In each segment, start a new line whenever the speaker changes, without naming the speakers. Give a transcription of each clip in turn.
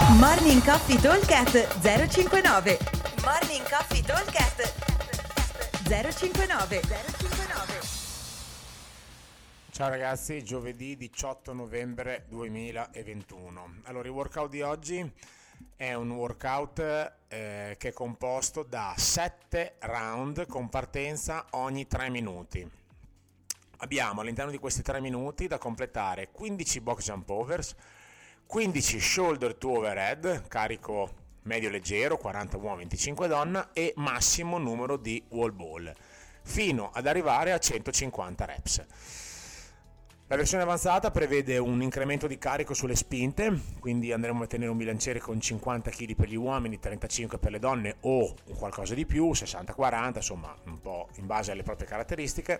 Morning Coffee Talkcast 059. Morning Coffee Talkcast 059.
Ciao ragazzi, giovedì 18 novembre 2021. Allora, il workout di oggi è un workout che è composto da 7 round con partenza ogni 3 minuti. Abbiamo all'interno di questi 3 minuti da completare 15 box jump overs, 15 shoulder to overhead, carico medio leggero, 40 uomo, 25 donna, e massimo numero di wall ball, fino ad arrivare a 150 reps. La versione avanzata prevede un incremento di carico sulle spinte, quindi andremo a tenere un bilanciere con 50 kg per gli uomini, 35 per le donne o qualcosa di più, 60-40, insomma un po' in base alle proprie caratteristiche.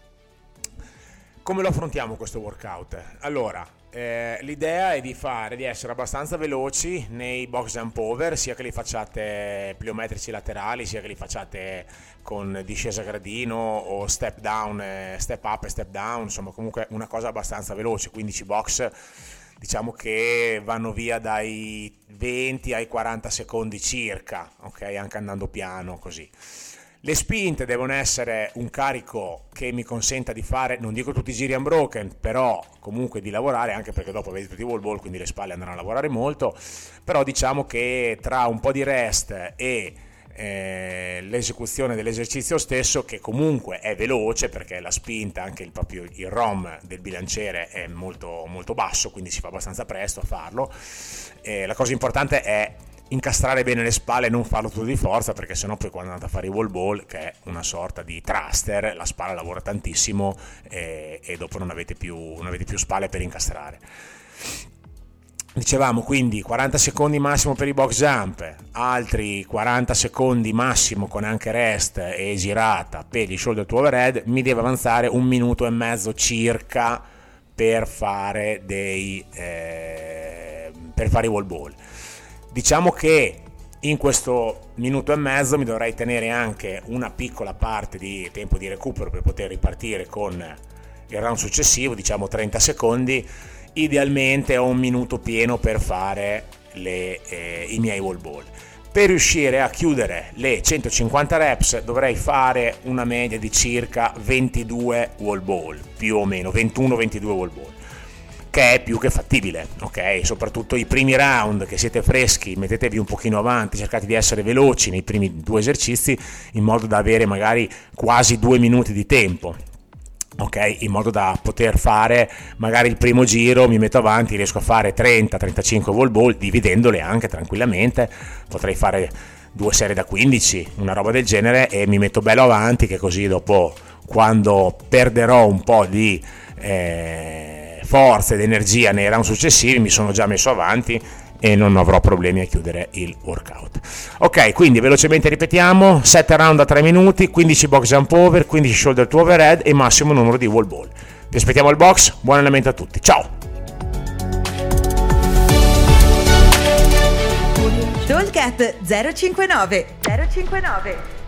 Come lo affrontiamo questo workout? Allora, l'idea è di essere abbastanza veloci nei box jump over, sia che li facciate pliometrici laterali, sia che li facciate con discesa a gradino o step down, step up e step down, insomma comunque una cosa abbastanza veloce. 15 box diciamo che vanno via dai 20 ai 40 secondi circa, ok? Anche andando piano così. Le spinte devono essere un carico che mi consenta di fare, non dico tutti i giri unbroken, però comunque di lavorare, anche perché dopo avete tutti i wall ball, quindi le spalle andranno a lavorare molto, però diciamo che tra un po' di rest e l'esecuzione dell'esercizio stesso, che comunque è veloce perché la spinta, anche il ROM del bilanciere è molto, molto basso, quindi si fa abbastanza presto a farlo. La cosa importante è incastrare bene le spalle e non farlo tutto di forza, perché sennò poi quando andate a fare i wall ball, che è una sorta di thruster, la spalla lavora tantissimo e dopo non avete più spalle per incastrare. Dicevamo quindi 40 secondi massimo per i box jump, altri 40 secondi massimo con anche rest e girata per gli shoulder to overhead. Mi deve avanzare 1 minuto e mezzo circa per fare per fare i wall ball. Diciamo che in questo minuto e mezzo mi dovrei tenere anche una piccola parte di tempo di recupero per poter ripartire con il round successivo, diciamo 30 secondi. Idealmente ho 1 minuto pieno per fare i miei wall ball. Per riuscire a chiudere le 150 reps dovrei fare una media di circa 22 wall ball, più o meno 21-22 wall ball, che è più che fattibile, ok? Soprattutto i primi round, che siete freschi, mettetevi un pochino avanti, cercate di essere veloci nei primi 2 esercizi, in modo da avere magari quasi 2 minuti di tempo, ok? In modo da poter fare magari il primo giro, mi metto avanti, riesco a fare 30-35 wall ball, dividendole anche tranquillamente. Potrei fare 2 serie da 15, una roba del genere, e mi metto bello avanti, che così dopo, quando perderò un po' di forza ed energia nei round successivi, mi sono già messo avanti e non avrò problemi a chiudere il workout. Ok, quindi velocemente ripetiamo: 7 round a 3 minuti, 15 box jump over, 15 shoulder to overhead e massimo numero di wall ball. Vi aspettiamo al box, buon allenamento a tutti, ciao!
Talkcast 059.